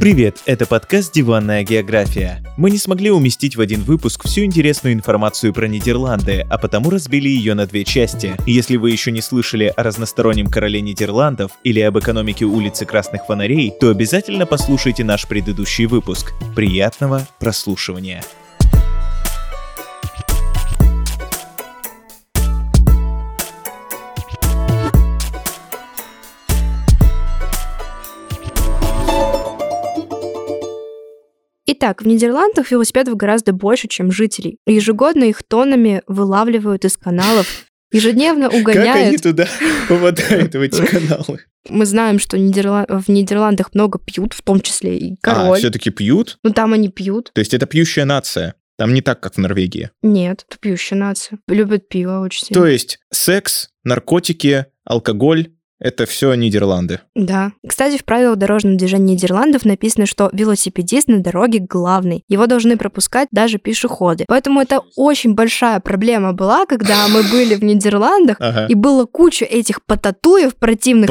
Привет, это подкаст «Диванная география». Мы не смогли уместить в один выпуск всю интересную информацию про Нидерланды, а потому разбили ее на две части. Если вы еще не слышали о разностороннем короле Нидерландов или об экономике улицы Красных Фонарей, то обязательно послушайте наш предыдущий выпуск. Приятного прослушивания. Итак, в Нидерландах велосипедов гораздо больше, чем жителей. Ежегодно их тоннами вылавливают из каналов, ежедневно угоняют. Как они туда попадают, в эти каналы? Мы знаем, что в Нидерландах много пьют, в том числе и король. Все-таки пьют? Ну, там они пьют. То есть это пьющая нация? Там не так, как в Норвегии? Нет, это пьющая нация. Любят пиво очень сильно. То есть секс, наркотики, алкоголь — это все Нидерланды. Да. Кстати, в правилах дорожного движения Нидерландов написано, что велосипедист на дороге главный. Его должны пропускать даже пешеходы. Поэтому это очень большая проблема была, когда мы были в Нидерландах, и было куча этих потатуев противных.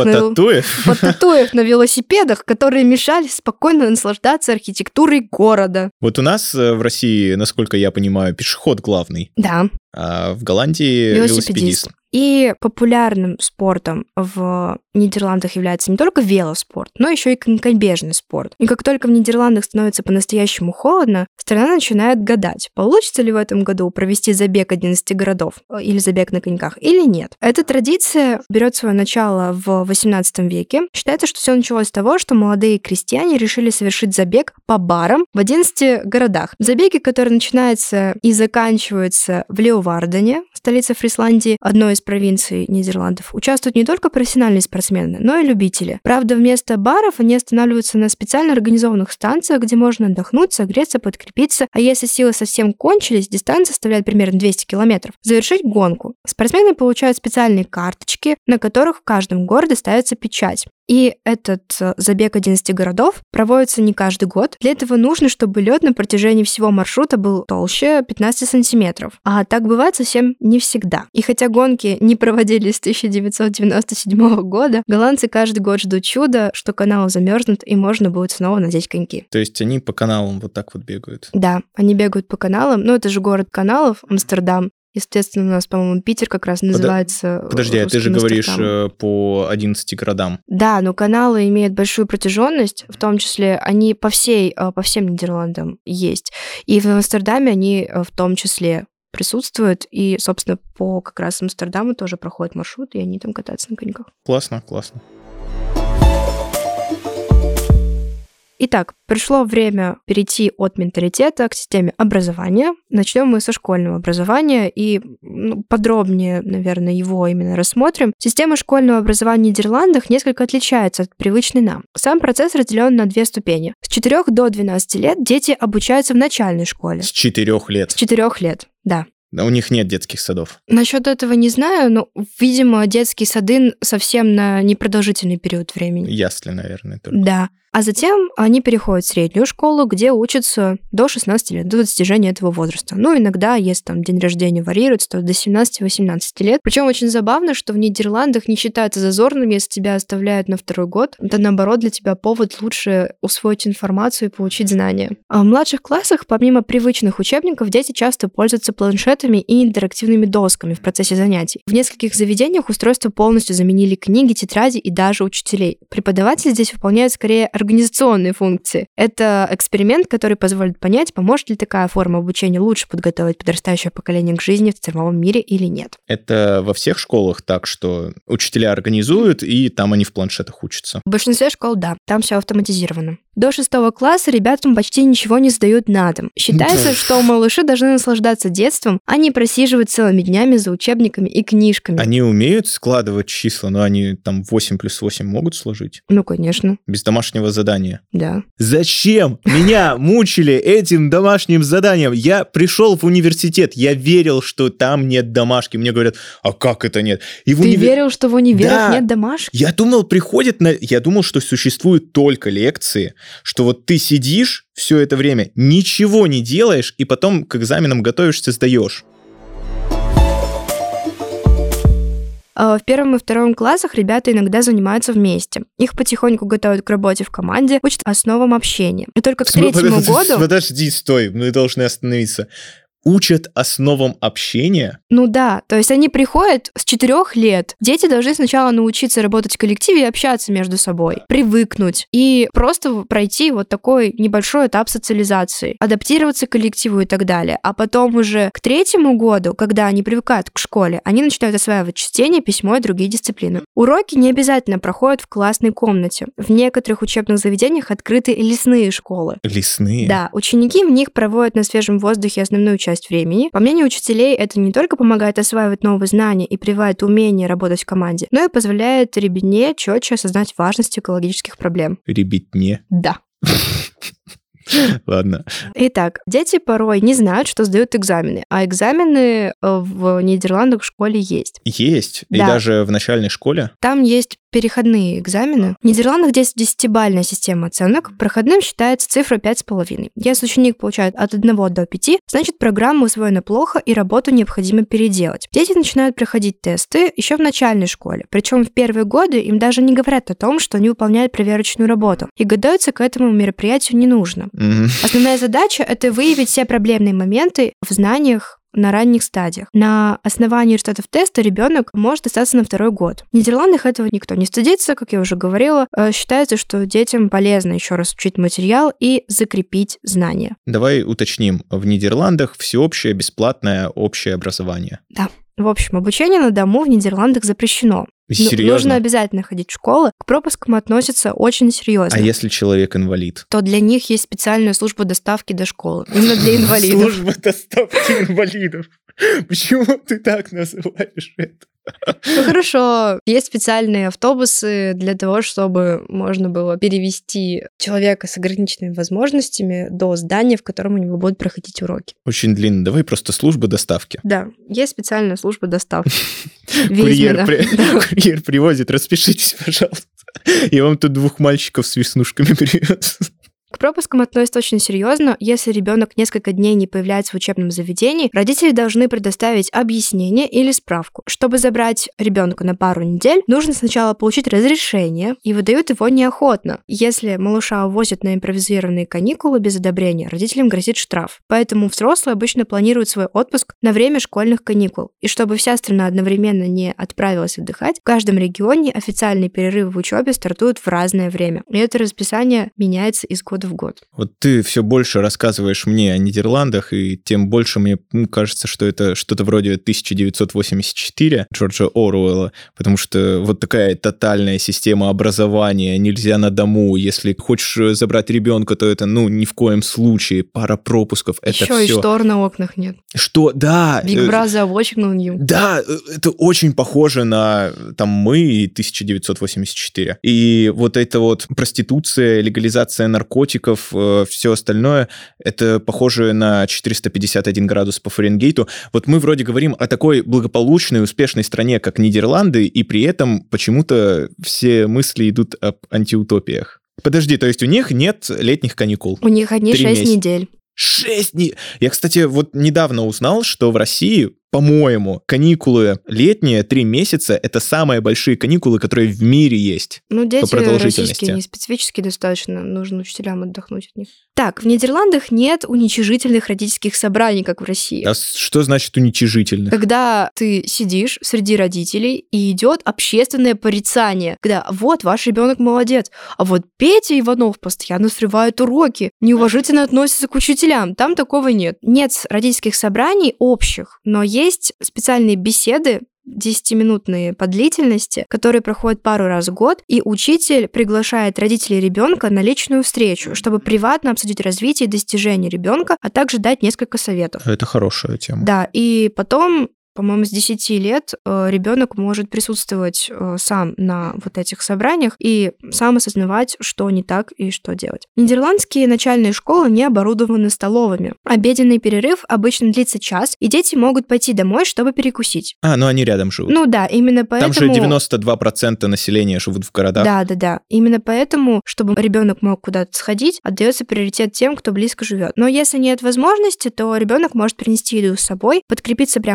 Потатуев на велосипедах, которые мешали спокойно наслаждаться архитектурой города. Вот у нас в России, насколько я понимаю, пешеход главный. Да. А в Голландии велосипедист. И популярным спортом в Нидерландах является не только велоспорт, но еще и конькобежный спорт. И как только в Нидерландах становится по-настоящему холодно, страна начинает гадать, получится ли в этом году провести забег 11 городов или забег на коньках или нет. Эта традиция берет свое начало в 18 веке. Считается, что все началось с того, что молодые крестьяне решили совершить забег по барам в 11 городах. Забеги, которые начинаются и заканчиваются в Леeuwardeне, столице Фрисландии, одной из провинций Нидерландов, участвуют не только профессиональные спортсмены, но и любители. Правда, вместо баров они останавливаются на специально организованных станциях, где можно отдохнуть, согреться, подкрепиться, а если силы совсем кончились, дистанция составляет примерно 200 километров, завершить гонку. Спортсмены получают специальные карточки, на которых в каждом городе ставится печать. И этот забег 11 городов проводится не каждый год. Для этого нужно, чтобы лед на протяжении всего маршрута был толще 15 сантиметров. А так бывает совсем не всегда. И хотя гонки не проводились с 1997 года, голландцы каждый год ждут чуда, что каналы замерзнут и можно будет снова надеть коньки. То есть они по каналам вот так вот бегают? Да, они бегают по каналам. Ну, это же город каналов, Амстердам. Естественно, у нас, по-моему, Питер как раз называется... Подожди, а ты же говоришь по 11 городам. Да, но каналы имеют большую протяженность, в том числе они по всем Нидерландам есть. И в Амстердаме они в том числе присутствуют, и, собственно, по как раз Амстердаму тоже проходит маршрут, и они там катаются на коньках. Классно, классно. Итак, пришло время перейти от менталитета к системе образования. Начнем мы со школьного образования и подробнее, наверное, его именно рассмотрим. Система школьного образования в Нидерландах несколько отличается от привычной нам. Сам процесс разделен на две ступени. С 4 до 12 лет дети обучаются в начальной школе. С 4 лет? С 4 лет, да. У них нет детских садов. Насчет этого не знаю, но, видимо, детские сады совсем на непродолжительный период времени. Ясли, наверное, только. Да. А затем они переходят в среднюю школу, где учатся до 16 лет, до достижения этого возраста. Ну, иногда, если там день рождения варьируется, то до 17-18 лет. Причем очень забавно, что в Нидерландах не считается зазорным, если тебя оставляют на второй год. Это, наоборот, для тебя повод лучше усвоить информацию и получить знания. А в младших классах, помимо привычных учебников, дети часто пользуются планшетами и интерактивными досками в процессе занятий. В нескольких заведениях устройства полностью заменили книги, тетради и даже учителей. Преподаватели здесь выполняют скорее организационные функции. Это эксперимент, который позволит понять, поможет ли такая форма обучения лучше подготовить подрастающее поколение к жизни в цифровом мире или нет. Это во всех школах так, что учителя организуют, и там они в планшетах учатся? В большинстве школ, да, там все автоматизировано. До 6 класса ребятам почти ничего не сдают на дом. Считается, что малыши должны наслаждаться детством, а не просиживать целыми днями за учебниками и книжками. Они умеют складывать числа, но они там 8 плюс 8 могут сложить? Ну, конечно. Без домашнего задания? Да. Зачем меня мучили этим домашним заданием? Я пришел в университет, я верил, что там нет домашки. Мне говорят, а как это нет? Ты верил, что в универах нет домашки? Я думал, что существуют только лекции, что вот ты сидишь все это время, ничего не делаешь, и потом к экзаменам готовишься, сдаешь. В 1 и 2 классах ребята иногда занимаются вместе. Их потихоньку готовят к работе в команде, учат основам общения. И только к 3-му году... Подожди, стой, мы должны остановиться. Учат основам общения? Ну да, то есть они приходят с 4 лет. Дети должны сначала научиться работать в коллективе и общаться между собой, привыкнуть и просто пройти вот такой небольшой этап социализации, адаптироваться к коллективу и так далее. А потом уже к 3-му году, когда они привыкают к школе, они начинают осваивать чтение, письмо и другие дисциплины. Уроки не обязательно проходят в классной комнате. В некоторых учебных заведениях открыты лесные школы. Лесные? Да, ученики в них проводят на свежем воздухе основную часть времени. По мнению учителей, это не только помогает осваивать новые знания и прививает умение работать в команде, но и позволяет ребятне четче осознать важность экологических проблем. Ребятне? Да. Ладно. Итак, дети порой не знают, что сдают экзамены, а экзамены в Нидерландах в школе есть. Есть? Да. И даже в начальной школе? Там есть переходные экзамены. В Нидерландах здесь 10-бальная система оценок. Проходным считается цифра 5,5. Если ученик получает от 1 до 5, значит программа усвоена плохо и работу необходимо переделать. Дети начинают проходить тесты еще в начальной школе. Причем в первые годы им даже не говорят о том, что они выполняют проверочную работу. И готовиться к этому мероприятию не нужно. Основная задача — это выявить все проблемные моменты в знаниях на ранних стадиях. На основании результатов теста ребенок может остаться на 2-й год. В Нидерландах этого никто не стыдится, как я уже говорила. Считается, что детям полезно еще раз учить материал и закрепить знания. Давай уточним. В Нидерландах всеобщее бесплатное общее образование. Да. В общем, обучение на дому в Нидерландах запрещено. Серьезно? Нужно обязательно ходить в школу. К пропускам относятся очень серьезно. А если человек инвалид? То для них есть специальная служба доставки до школы. Именно для инвалидов. Служба доставки инвалидов. Почему ты так называешь это? Ну хорошо, есть специальные автобусы для того, чтобы можно было перевести человека с ограниченными возможностями до здания, в котором у него будут проходить уроки. Очень длинно. Давай просто служба доставки. Да, есть специальная служба доставки. Курьер привозит, распишитесь, пожалуйста. Я вам тут 2 мальчиков с веснушками привез. К пропускам относятся очень серьезно. Если ребенок несколько дней не появляется в учебном заведении, родители должны предоставить объяснение или справку. Чтобы забрать ребенка на пару недель, нужно сначала получить разрешение, и выдают его неохотно. Если малыша увозят на импровизированные каникулы без одобрения, родителям грозит штраф. Поэтому взрослые обычно планируют свой отпуск на время школьных каникул. И чтобы вся страна одновременно не отправилась отдыхать, в каждом регионе официальные перерывы в учебе стартуют в разное время. И это расписание меняется из года в год. Вот ты все больше рассказываешь мне о Нидерландах, и тем больше мне кажется, что это что-то вроде 1984 Джорджа Оруэлла, потому что вот такая тотальная система образования, нельзя на дому, если хочешь забрать ребенка, то это, ни в коем случае, пара пропусков, это еще все. И штор на окнах нет. Что? Да. Big Brother watching on you. Да, это очень похоже на мы и 1984. И вот эта вот проституция, легализация наркотиков, все остальное, это похоже на 451 градус по Фаренгейту. Вот мы вроде говорим о такой благополучной, успешной стране, как Нидерланды, и при этом почему-то все мысли идут об антиутопиях. Подожди, то есть у них нет летних каникул? У них одни 6 недель. 6 недель! Я, кстати, вот недавно узнал, что в России, по-моему, каникулы летние 3 месяца — это самые большие каникулы, которые в мире есть. Дети по продолжительности. Российские не специфически достаточно, нужно учителям отдохнуть от них. Так, в Нидерландах нет уничижительных родительских собраний, как в России. А что значит уничижительных? Когда ты сидишь среди родителей, и идет общественное порицание, когда вот ваш ребенок молодец, а вот Петя Иванов постоянно срывает уроки, неуважительно относится к учителям. Там такого нет. Нет родительских собраний общих, но есть специальные беседы, 10-минутные по длительности, которые проходят пару раз в год, и учитель приглашает родителей ребенка на личную встречу, чтобы приватно обсудить развитие и достижения ребенка, а также дать несколько советов. Это хорошая тема. Да, и потом, по-моему, с 10 лет ребенок может присутствовать сам на вот этих собраниях и сам осознавать, что не так и что делать. Нидерландские начальные школы не оборудованы столовыми. Обеденный перерыв обычно длится час, и дети могут пойти домой, чтобы перекусить. Но они рядом живут. Да, именно поэтому... Там же 92% населения живут в городах. Да. Именно поэтому, чтобы ребенок мог куда-то сходить, отдается приоритет тем, кто близко живет. Но если нет возможности, то ребенок может принести еду с собой, подкрепиться прямо в классе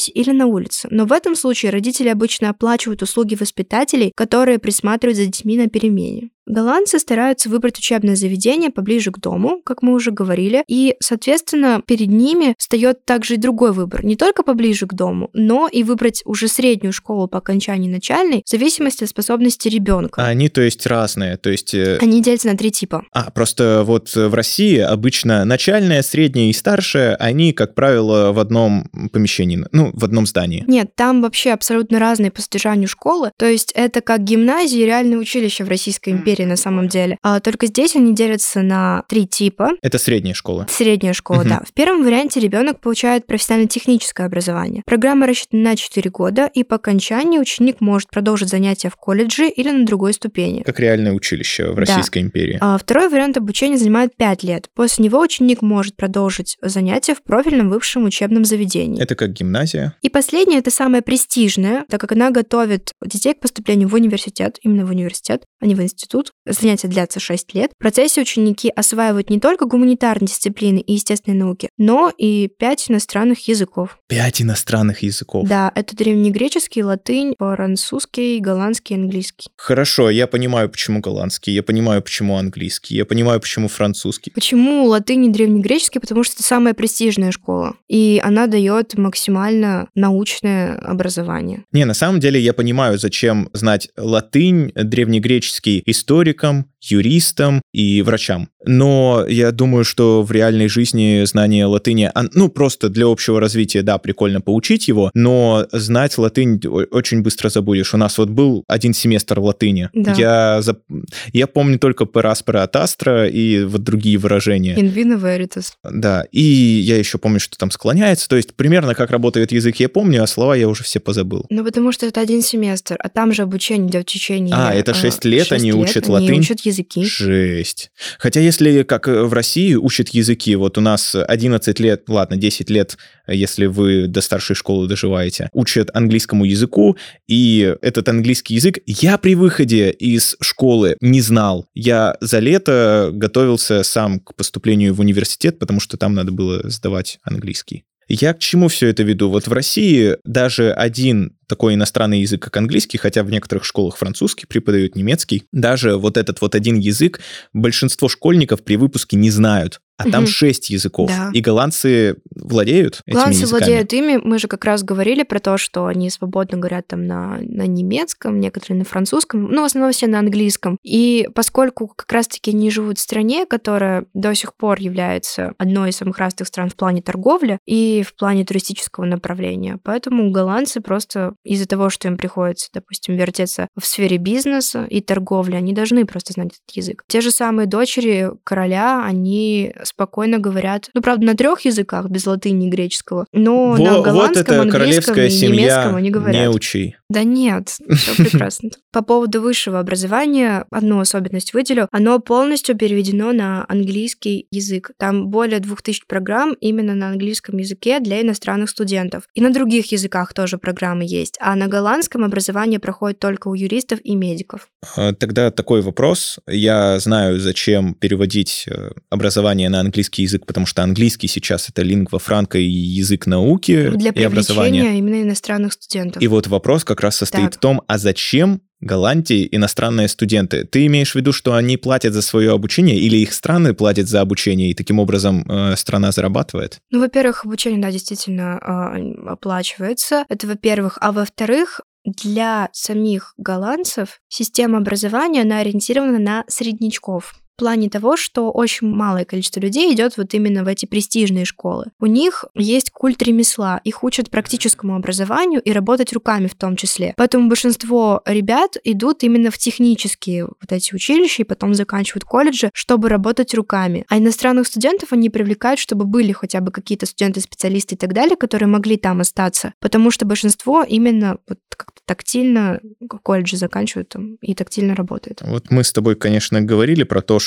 классе или на улице. Но в этом случае родители обычно оплачивают услуги воспитателей, которые присматривают за детьми на перемене. Голландцы стараются выбрать учебное заведение поближе к дому, как мы уже говорили, и, соответственно, перед ними встает также и другой выбор. Не только поближе к дому, но и выбрать уже среднюю школу по окончании начальной в зависимости от способности ребенка. А они, то есть, разные? То есть... Они делятся на 3 типа. Просто вот в России обычно начальная, средняя и старшая, они, как правило, в одном помещении, в одном здании. Нет, там вообще абсолютно разные по содержанию школы. То есть это как гимназии и реальные училища в Российской империи на самом деле. Только здесь они делятся на 3 типа. Это средняя школа. Средняя школа, да. В первом варианте ребенок получает профессионально-техническое образование. Программа рассчитана на 4 года, и по окончании ученик может продолжить занятия в колледже или на другой ступени. Как реальное училище в Российской империи. Второй вариант обучения занимает 5 лет. После него ученик может продолжить занятия в профильном высшем учебном заведении. Это как гимназия. И последнее, это самое престижное, так как она готовит детей к поступлению в университет, именно в университет, а не в институт. Занятия длятся 6 лет. В процессе ученики осваивают не только гуманитарные дисциплины и естественные науки, но и 5 иностранных языков. 5 иностранных языков? Да, это древнегреческий, латынь, французский, голландский, английский. Хорошо, я понимаю, почему голландский, я понимаю, почему английский, я понимаю, почему французский. Почему латынь и древнегреческий? Потому что это самая престижная школа, и она дает максимально научное образование. На самом деле я понимаю, зачем знать латынь, древнегреческий историкам, юристам и врачам. Но я думаю, что в реальной жизни знание латыни, просто для общего развития, да, прикольно поучить его, но знать латынь очень быстро забудешь. У нас вот был один семестр латыни. Да. Я помню только per aspera ad astra и вот другие выражения. In vino veritas. Да, и я еще помню, что там склоняется, то есть примерно как работает язык я помню, а слова я уже все позабыл. Потому что это один семестр, а там же обучение идет в течение... это 6 лет 6 они учат латынь? Они учат языки. Жесть. Хотя если, как в России, учат языки, вот у нас 11 лет, 10 лет, если вы до старшей школы доживаете, учат английскому языку, и этот английский язык я при выходе из школы не знал. Я за лето готовился сам к поступлению в университет, потому что там надо было сдавать английский. Я к чему все это веду? Вот в России даже один такой иностранный язык, как английский, хотя в некоторых школах французский преподают, немецкий, даже вот этот вот один язык большинство школьников при выпуске не знают. А там 6 языков. Да. И голландцы владеют этими языками. Голландцы владеют ими. Мы же как раз говорили про то, что они свободно говорят там на немецком, некоторые на французском, в основном все на английском. И поскольку как раз-таки они живут в стране, которая до сих пор является одной из самых развитых стран в плане торговли и в плане туристического направления, поэтому голландцы просто из-за того, что им приходится, допустим, вертеться в сфере бизнеса и торговли, они должны просто знать этот язык. Те же самые дочери короля, они спокойно говорят, правда, на 3 языках, без латыни и греческого, но на голландском, английском и немецком они говорят. Не учи. Да нет, все прекрасно. По поводу высшего образования, одну особенность выделю, оно полностью переведено на английский язык. Там более 2000 программ именно на английском языке для иностранных студентов. И на других языках тоже программы есть, а на голландском образование проходит только у юристов и медиков. Тогда такой вопрос. Я знаю, зачем переводить образование на английский язык, потому что английский сейчас это лингва франка и язык науки для и образования. Для привлечения именно иностранных студентов. И вот вопрос как раз состоит в том, а зачем Голландии иностранные студенты? Ты имеешь в виду, что они платят за свое обучение или их страны платят за обучение, и таким образом страна зарабатывает? Во-первых, обучение, да, действительно оплачивается. Это во-первых. А во-вторых, для самих голландцев система образования, она ориентирована на среднячков. В плане того, что очень малое количество людей идет вот именно в эти престижные школы. У них есть культ ремесла, их учат практическому образованию и работать руками в том числе. Поэтому большинство ребят идут именно в технические вот эти училища и потом заканчивают колледжи, чтобы работать руками. А иностранных студентов они привлекают, чтобы были хотя бы какие-то студенты-специалисты и так далее, которые могли там остаться. Потому что большинство именно вот как-то тактильно колледжи заканчивают там и тактильно работают. Вот мы с тобой, конечно, говорили про то,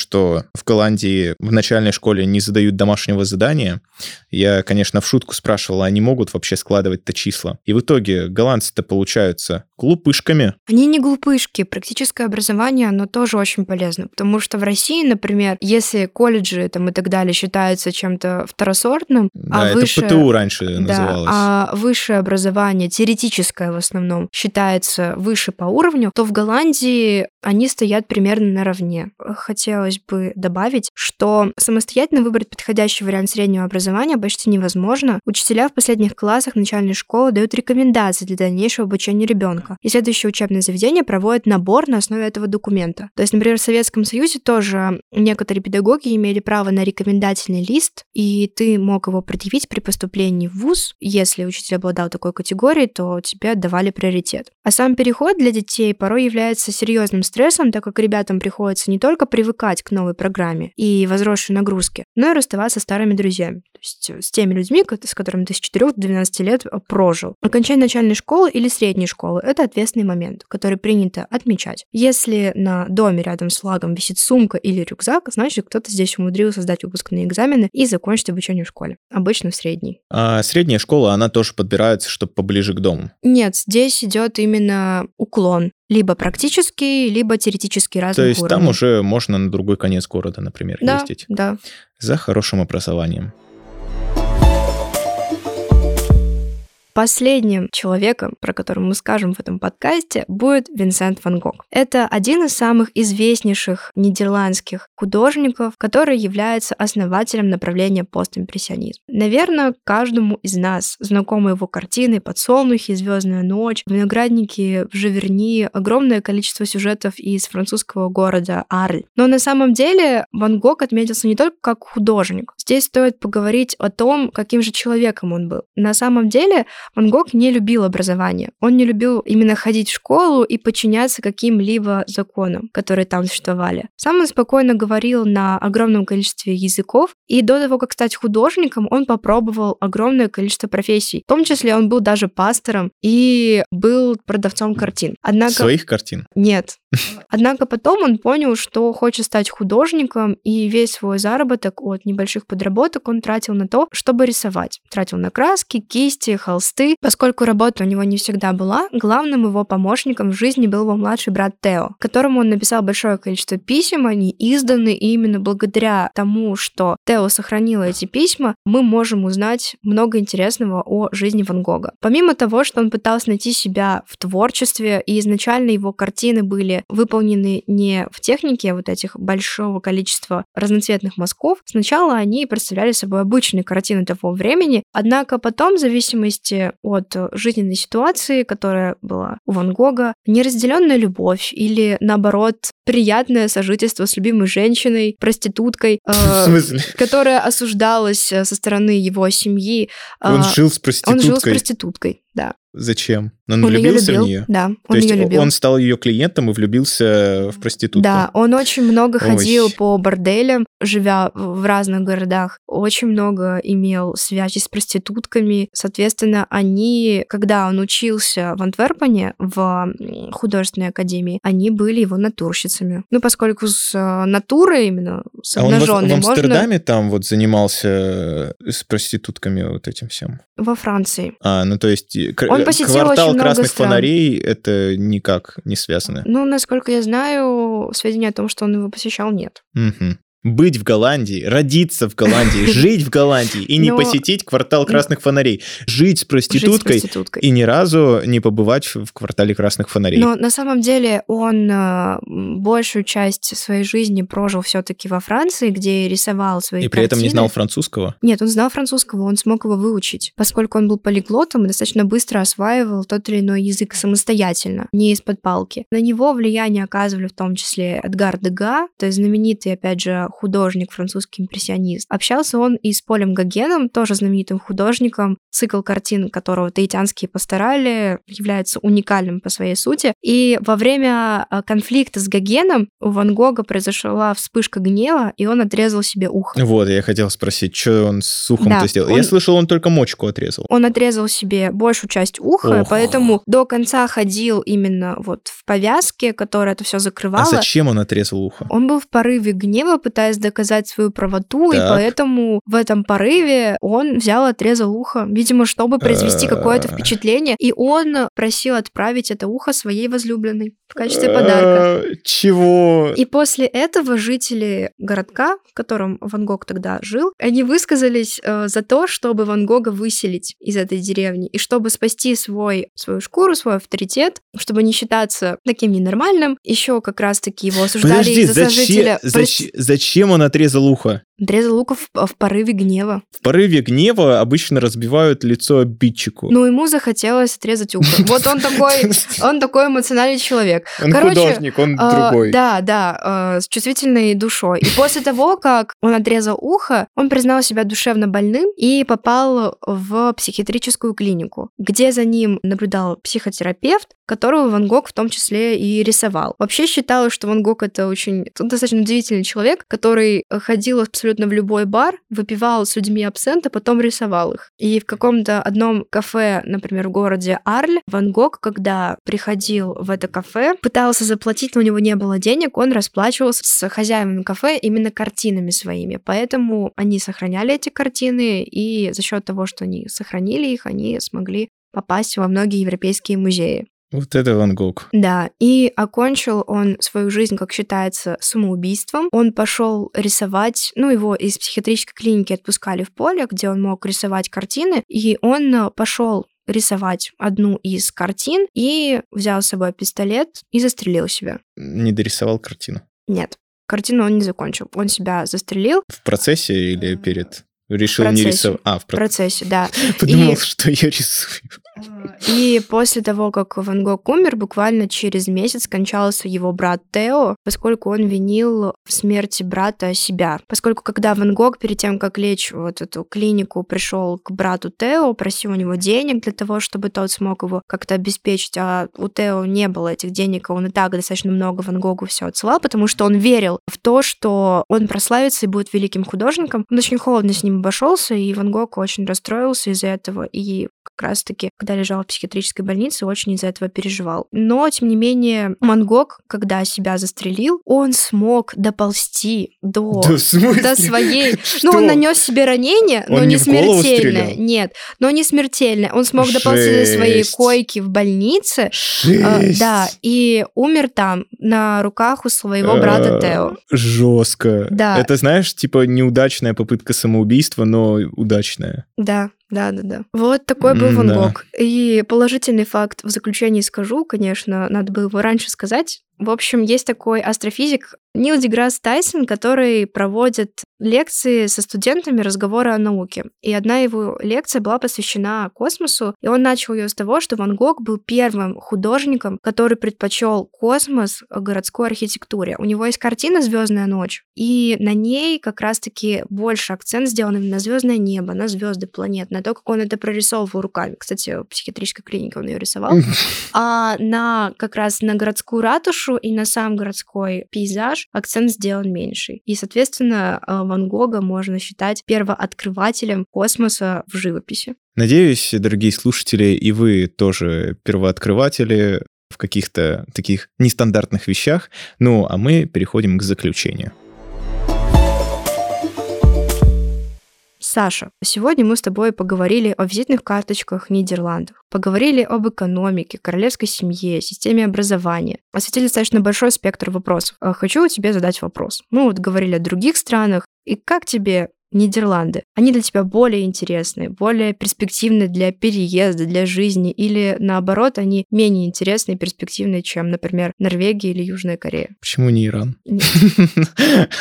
что в Голландии в начальной школе не задают домашнего задания. Я, конечно, в шутку спрашивал, а они могут вообще складывать-то числа? И в итоге голландцы-то получаются глупышками. Они не глупышки. Практическое образование, оно тоже очень полезно, потому что в России, например, если колледжи там, и так далее считаются чем-то второсортным, Да, это ПТУ раньше называлось. А высшее образование, теоретическое в основном, считается выше по уровню, то в Голландии они стоят примерно наравне. Хотелось бы добавить, что самостоятельно выбрать подходящий вариант среднего образования почти невозможно. Учителя в последних классах начальной школы дают рекомендации для дальнейшего обучения ребенка, и следующее учебное заведение проводит набор на основе этого документа. То есть, например, в Советском Союзе тоже некоторые педагоги имели право на рекомендательный лист, и ты мог его предъявить при поступлении в вуз. Если учитель обладал такой категорией, то тебе отдавали приоритет. А сам переход для детей порой является серьезным стрессом, так как ребятам приходится не только привыкать к новой программе и возросшей нагрузке, но и расставаться с старыми друзьями. То есть с теми людьми, с которыми ты с 4 до 12 лет прожил. Окончание начальной школы или средней школы – это ответственный момент, который принято отмечать. Если на доме рядом с флагом висит сумка или рюкзак, значит, кто-то здесь умудрился сдать выпускные экзамены и закончить обучение в школе. Обычно в средней. А средняя школа, она тоже подбирается, чтобы поближе к дому? Нет, здесь идет именно уклон. Либо практический, либо теоретический разных уровней. То есть там уже можно на другой конец города, например, ездить? Да. За хорошим образованием. Последним человеком, про которого мы скажем в этом подкасте, будет Винсент ван Гог. Это один из самых известнейших нидерландских художников, который является основателем направления постимпрессионизм. Наверное, каждому из нас знакомы его картины «Подсолнухи», «Звездная ночь», «Виноградники в Живерни», огромное количество сюжетов из французского города Арль. Но на самом деле Ван Гог отметился не только как художник. Здесь стоит поговорить о том, каким же человеком он был. На самом деле Ван Гог не любил образование. Он не любил именно ходить в школу и подчиняться каким-либо законам, которые там существовали. Сам он спокойно говорил на огромном количестве языков, и до того, как стать художником, он попробовал огромное количество профессий. В том числе он был даже пастором и был продавцом картин. Однако... Своих картин? Нет. Однако потом он понял, что хочет стать художником, и весь свой заработок от небольших подработок он тратил на то, чтобы рисовать. Тратил на краски, кисти, холсты. Поскольку работа у него не всегда была, главным его помощником в жизни был его младший брат Тео, которому он написал большое количество писем, они изданы, и именно благодаря тому, что Тео сохранил эти письма, мы можем узнать много интересного о жизни Ван Гога. Помимо того, что он пытался найти себя в творчестве, и изначально его картины были выполнены не в технике вот этих большого количества разноцветных мазков. Сначала они представляли собой обычные картины того времени, однако потом, в зависимости от жизненной ситуации, которая была у Ван Гога, неразделенная любовь или, наоборот, приятное сожительство с любимой женщиной, проституткой, которая осуждалась со стороны его семьи. Он жил с проституткой? Он жил с проституткой, да. Зачем? Он влюбился в нее? Да, он ее любил. Он стал ее клиентом и влюбился в проститутку? Да, он очень много ходил по борделям, живя в разных городах, очень много имел связи с проститутками. Соответственно, они, когда он учился в Антверпене, в художественной академии, они были его натурщицами. Ну, поскольку с натурой именно, с обнаженной он в Амстердаме там вот занимался с проститутками вот этим всем? Во Франции. Ну то есть он посетил квартал очень красных много стран. Фонарей это никак не связано? Ну, насколько я знаю, сведения о том, что он его посещал, нет. Угу. Быть в Голландии, родиться в Голландии, жить в Голландии и не посетить квартал красных фонарей, жить с проституткой и ни разу не побывать в квартале красных фонарей. Но на самом деле он большую часть своей жизни прожил все-таки во Франции, где рисовал свои картины. И при этом не знал французского? Нет, он знал французского, он смог его выучить, поскольку он был полиглотом и достаточно быстро осваивал тот или иной язык самостоятельно, не из-под палки. На него влияние оказывали в том числе Эдгар Дега, то есть знаменитый, опять же, художник, французский импрессионист. Общался он и с Полем Гогеном, тоже знаменитым художником, цикл картин которого «Таитянские пасторали» является уникальным по своей сути. И во время конфликта с Гогеном у Ван Гога произошла вспышка гнева, и он отрезал себе ухо. Вот, я хотел спросить, что он с ухом-то сделал? Я слышал, он только мочку отрезал. Он отрезал себе большую часть уха, поэтому до конца ходил именно вот в повязке, которая это все закрывала. А зачем он отрезал ухо? Он был в порыве гнева, пытаясь доказать свою правоту, и поэтому в этом порыве он взял и отрезал ухо, видимо, чтобы произвести какое-то впечатление, и он просил отправить это ухо своей возлюбленной в качестве подарка. Чего? И после этого жители городка, в котором Ван Гог тогда жил, они высказались за то, чтобы Ван Гога выселить из этой деревни, и чтобы спасти свою шкуру, свой авторитет, чтобы не считаться таким ненормальным, еще как раз-таки его осуждали из-за сожителя. Зачем он отрезал ухо? Отрезал ухо в порыве гнева. В порыве гнева обычно разбивают лицо обидчику. Ну, ему захотелось отрезать ухо. Вот он такой эмоциональный человек. Он художник, он другой. Да, с чувствительной душой. И после того, как он отрезал ухо, он признал себя душевно больным и попал в психиатрическую клинику, где за ним наблюдал психотерапевт, которого Ван Гог в том числе и рисовал. Вообще считалось, что Ван Гог — это достаточно удивительный человек, который ходил абсолютно в любой бар, выпивал с людьми абсент, а потом рисовал их. И в каком-то одном кафе, например, в городе Арль, Ван Гог, когда приходил в это кафе, пытался заплатить, но у него не было денег, он расплачивался с хозяевами кафе именно картинами своими. Поэтому они сохраняли эти картины, и за счет того, что они сохранили их, они смогли попасть во многие европейские музеи. Вот это Ван Гог. Да, и окончил он свою жизнь, как считается, самоубийством. Он пошел рисовать, его из психиатрической клиники отпускали в поле, где он мог рисовать картины, и он пошел рисовать одну из картин и взял с собой пистолет и застрелил себя. Не дорисовал картину? Нет, картину он не закончил, он себя застрелил. В процессе или перед? Решил не рисовать. В процессе, да. Подумал, что я рисую. И после того, как Ван Гог умер, буквально через месяц скончался его брат Тео, поскольку он винил в смерти брата себя. Поскольку когда Ван Гог перед тем, как лечь в вот эту клинику, пришел к брату Тео, просил у него денег для того, чтобы тот смог его как-то обеспечить, а у Тео не было этих денег, а он и так достаточно много Ван Гогу все отсылал, потому что он верил в то, что он прославится и будет великим художником. Он очень холодно с ним обошелся, и Ван Гог очень расстроился из-за этого, и как раз-таки, когда лежал в психиатрической больнице, очень из-за этого переживал. Но, тем не менее, Ван Гог, когда себя застрелил, он смог доползти до своей... он нанес себе ранение, но не смертельное. Нет, но не смертельное. Он смог доползти до своей койки в больнице. Да, и умер там, на руках у своего брата Тео. Жестко. Да. Это, знаешь, типа неудачная попытка самоубийства, но удачная. Да. Вот такой был Ван Гог. И положительный факт в заключении скажу, конечно, надо было его раньше сказать. В общем, есть такой астрофизик Нил Деграсс Тайсон, который проводит лекции со студентами, разговоры о науке. И одна его лекция была посвящена космосу, и он начал ее с того, что Ван Гог был первым художником, который предпочел космос городской архитектуре. У него есть картина «Звездная ночь», и на ней как раз-таки больше акцент сделан именно на звездное небо, на звезды, планет, на то, как он это прорисовывал руками. Кстати, в психиатрической клинике он ее рисовал. А как раз на городскую ратушу и на сам городской пейзаж акцент сделан меньше. И, соответственно, Ван Гога можно считать первооткрывателем космоса в живописи. Надеюсь, дорогие слушатели, и вы тоже первооткрыватели в каких-то таких нестандартных вещах. Ну, а мы переходим к заключению. Саша, сегодня мы с тобой поговорили о визитных карточках Нидерландов, поговорили об экономике, королевской семье, системе образования, осветили достаточно большой спектр вопросов. Хочу тебе задать вопрос. Мы вот говорили о других странах, и как тебе Нидерланды? Они для тебя более интересны, более перспективны для переезда, для жизни, или наоборот, они менее интересны и перспективны, чем, например, Норвегия или Южная Корея? Почему не Иран?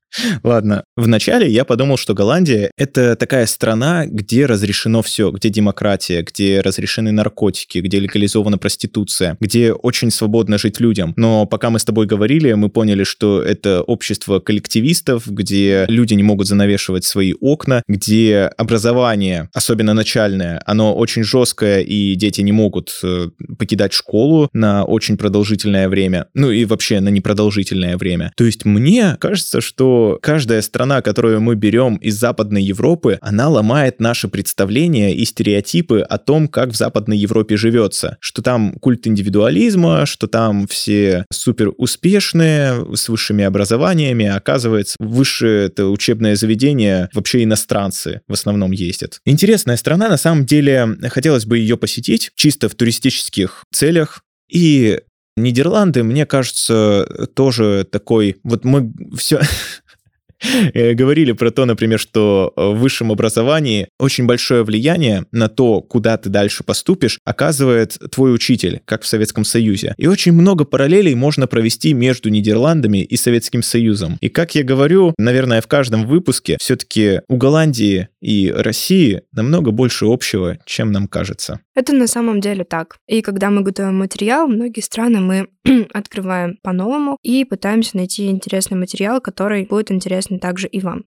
Ладно, вначале я подумал, что Голландия — это такая страна, где разрешено все, где демократия, где разрешены наркотики, где легализована проституция, где очень свободно жить людям. Но пока мы с тобой говорили, мы поняли, что это общество коллективистов, где люди не могут занавешивать свои окна, где образование, особенно начальное, оно очень жесткое, и дети не могут покидать школу на очень продолжительное время, ну и вообще на непродолжительное время. То есть мне кажется, что каждая страна, которую мы берем из Западной Европы, она ломает наши представления и стереотипы о том, как в Западной Европе живется. Что там культ индивидуализма, что там все супер успешные, с высшими образованиями, а оказывается, высшее это учебное заведение вообще иностранцы в основном ездят. Интересная страна, на самом деле, хотелось бы ее посетить, чисто в туристических целях. И Нидерланды, мне кажется, тоже такой... Вот мы все... Говорили про то, например, что в высшем образовании очень большое влияние на то, куда ты дальше поступишь, оказывает твой учитель, как в Советском Союзе. И очень много параллелей можно провести между Нидерландами и Советским Союзом. И как я говорю, наверное, в каждом выпуске, все-таки у Голландии и России намного больше общего, чем нам кажется. Это на самом деле так. И когда мы готовим материал, многие страны мы открываем по-новому и пытаемся найти интересный материал, который будет интересен также и вам.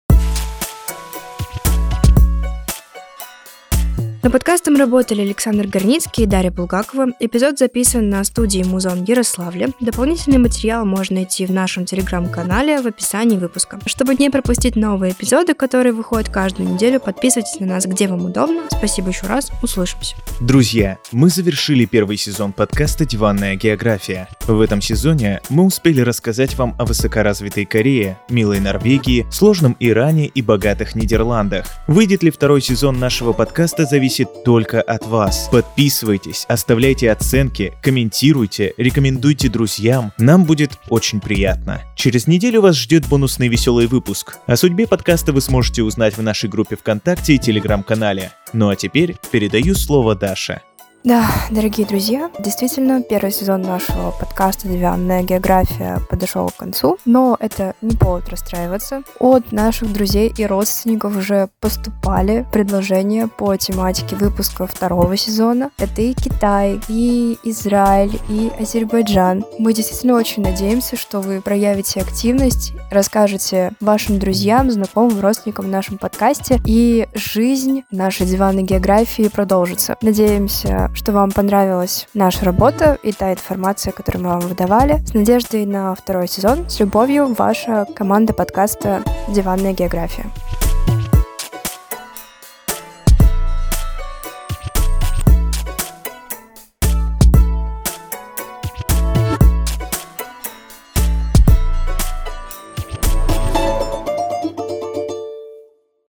Над подкастом работали Александр Горницкий и Дарья Булгакова. Эпизод записан на студии Музон Ярославле. Дополнительный материал можно найти в нашем телеграм-канале в описании выпуска. Чтобы не пропустить новые эпизоды, которые выходят каждую неделю, подписывайтесь на нас, где вам удобно. Спасибо еще раз. Услышимся. Друзья, мы завершили первый сезон подкаста «Диванная география». В этом сезоне мы успели рассказать вам о высокоразвитой Корее, милой Норвегии, сложном Иране и богатых Нидерландах. Выйдет ли второй сезон нашего подкаста, зависит только от вас. Подписывайтесь, оставляйте оценки, комментируйте, рекомендуйте друзьям. Нам будет очень приятно. Через неделю вас ждет бонусный веселый выпуск. О судьбе подкаста вы сможете узнать в нашей группе ВКонтакте и Телеграм-канале. Ну а теперь передаю слово Даше. Да, дорогие друзья, действительно, первый сезон нашего подкаста «Диванная география» подошел к концу, но это не повод расстраиваться. От наших друзей и родственников уже поступали предложения по тематике выпуска второго сезона. Это и Китай, и Израиль, и Азербайджан. Мы действительно очень надеемся, что вы проявите активность, расскажете вашим друзьям, знакомым, родственникам в нашем подкасте, и жизнь нашей диванной географии продолжится. Надеемся, что вам понравилась наша работа и та информация, которую мы вам выдавали. С надеждой на второй сезон. С любовью, ваша команда подкаста «Диванная география».